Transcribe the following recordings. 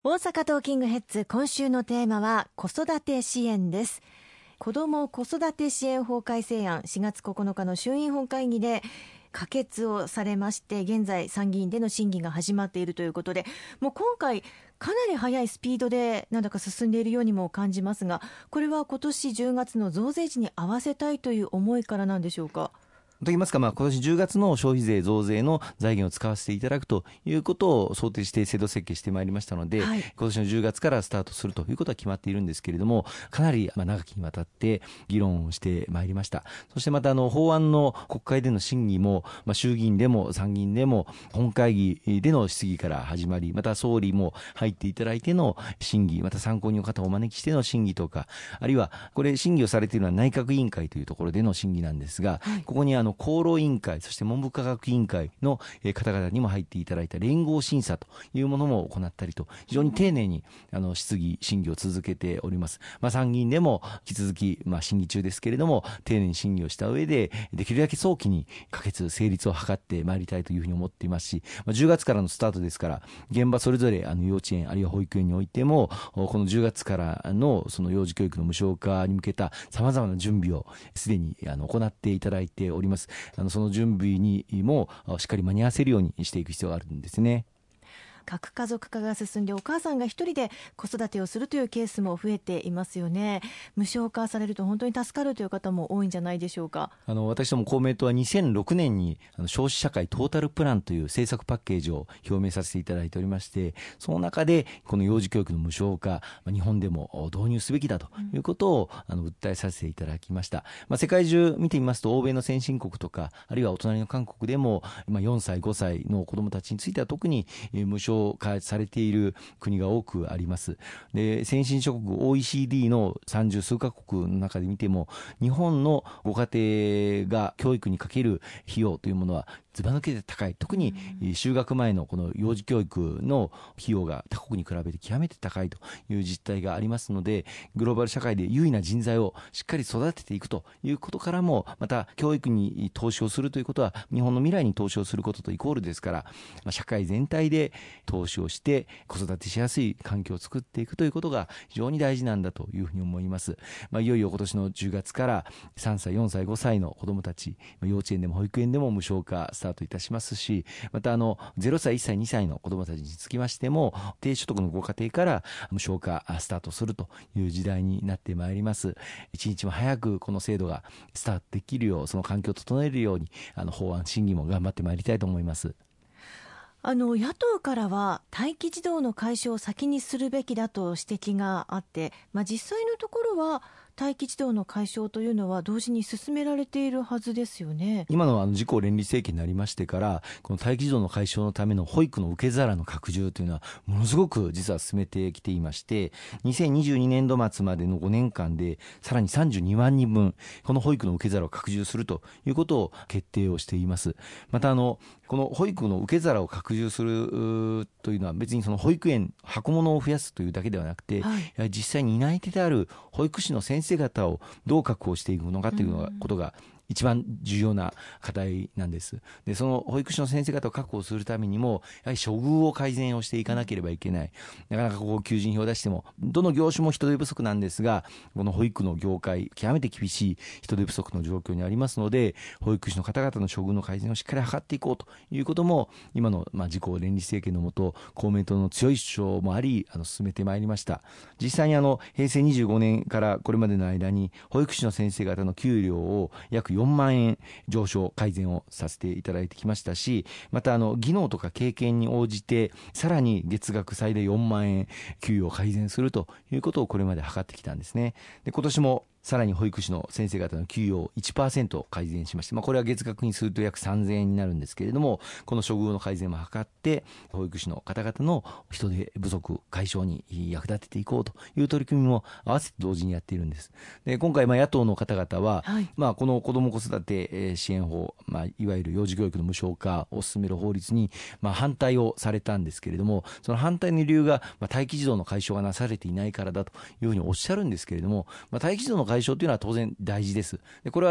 大阪トーキングヘッズ、今週のテーマは子育て支援です。子ども子育て支援法改正案、4月9日の衆院本会議で可決をされまして、現在参議院での審議が始まっているということで、もう今回かなり速いスピードでなんだか進んでいるようにも感じますが、これは今年10月の増税時に合わせたいという思いからなんでしょうか。 と言いますか、今年10月の消費税増税の財源を使わせていただくということを想定して制度設計してまいりましたので、今年の10月からスタートするということは決まっているんですけれども、かなり長きにわたって議論をしてまいりました。そしてまた法案の国会での審議も、衆議院でも参議院でも本会議での質疑から始まり、また総理も入っていただいての審議、また参考人の方をお招きしての審議とか、あるいはこれ審議をされているのは内閣委員会というところでの審議なんですが、ここに厚労委員会、そして文部科学委員会の方々にも入っていただいた連合審査というものも行ったりと、非常に丁寧に質疑審議を続けております。参議院でも引き続き審議中ですけれども、丁寧に審議をした上でできるだけ早期に可決成立を図ってまいりたいというふうに思っていますし、10月からのスタートですから、現場それぞれ幼稚園あるいは保育園においてもこの10月からのその幼児教育の無償化に向けたさまざまな準備をすでに行っていただいております。その準備にもしっかり間に合わせるようにしていく必要があるんですね。 核家族化が進んで、お母さんが一人で子育てをするというケースも増えていますよね。無償化されると本当に助かるという方も多いんじゃないでしょうか。 私ども公明党は2006年に少子社会トータルプランという政策パッケージを表明させていただいておりまして、その中でこの幼児教育の無償化、日本でも導入すべきだということを訴えさせていただきました。世界中見てみますと、欧米の先進国とか、あるいはお隣の韓国でも4歳5歳の子どもたちについては特に無償化されている国が多くあります。で、先進諸国 OECD の30数カ国の中で見ても、日本のご家庭が教育にかける費用というものはずば抜けて高い。特に就学前のこの幼児教育の費用が他国に比べて極めて高いという実態がありますので、グローバル社会で優位な人材をしっかり育てていくということからも、また教育に投資をするということは日本の未来に投資をすることとイコールですから、社会全体で投資をして子育てしやすい環境を作っていくということが非常に大事なんだというふうに思います。いよいよ今年の10月から3歳4歳5歳の子どもたち、幼稚園でも保育園でも無償化スタートいたしますし、また0歳1歳2歳の子どもたちにつきましても、低所得のご家庭から無償化スタートするという時代になってまいります。一日も早くこの制度がスタートできるよう、その環境を整えるように法案審議も頑張ってまいりたいと思います。 野党からは待機児童の解消を先にするべきだと指摘があって、実際のところは待機児童の解消というのは同時に進められているはずですよね。 今の自公連立政権になりましてから、この待機児童の解消のための保育の受け皿の拡充というのはものすごく実は進めてきていまして、2022年度末までの5年間でさらに32万人分この保育の受け皿を拡充するということを決定をしています。またこの保育の受け皿を拡充するというのは別にその保育園箱物を増やすというだけではなくて、実際に担い手である保育士の先生方をどう確保していくのかということが一番重要な課題なんです。で、その保育士の先生方を確保するためにも、やはり処遇を改善をしていかなければいけない。なかなか求人票を出しても、どの業種も人手不足なんですが、この保育の業界、極めて厳しい人手不足の状況にありますので、保育士の方々の処遇の改善をしっかり図っていこうということも、今の自公連立政権のもと、公明党の強い主張もあり、進めてまいりました。実際に平成25年からこれまでの間に、保育士の先生方の給料を約4万円上昇改善をさせていただいてきましたし、また技能とか経験に応じてさらに月額最大4万円給与を改善するということをこれまで図ってきたんですね。で、今年もさらに保育士の先生方の給与を 1% 改善しまして、これは月額にすると約3000円になるんですけれども、この処遇の改善も図って保育士の方々の人手不足解消に役立てていこうという取り組みも合わせて同時にやっているんです。で、今回野党の方々は、この子ども子育て支援法、いわゆる幼児教育の無償化を進める法律に反対をされたんですけれども、その反対の理由が待機児童の解消がなされていないからだというふうにおっしゃるんですけれども、待機児童の解消というのは当然大事です。で、これは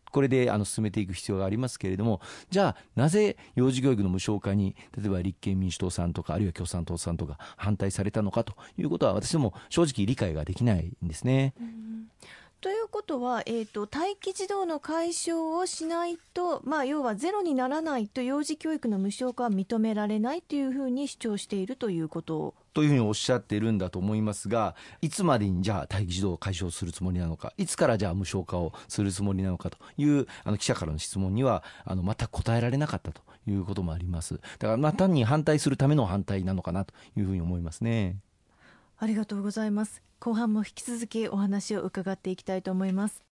これで進めていく必要がありますけれども、じゃあなぜ幼児教育の無償化に例えば立憲民主党さんとかあるいは共産党さんとか反対されたのかということは、私ども正直理解ができないんですね。 ということは、待機児童の解消をしないと、要はゼロにならないと幼児教育の無償化は認められないというふうに主張しているということというふうにおっしゃっているんだと思いますが、いつまでにじゃあ待機児童を解消するつもりなのか、いつからじゃあ無償化をするつもりなのかという記者からの質問には全く答えられなかったということもあります。だから単に反対するための反対なのかなというふうに思いますね。 ありがとうございます。後半も引き続きお話を伺っていきたいと思います。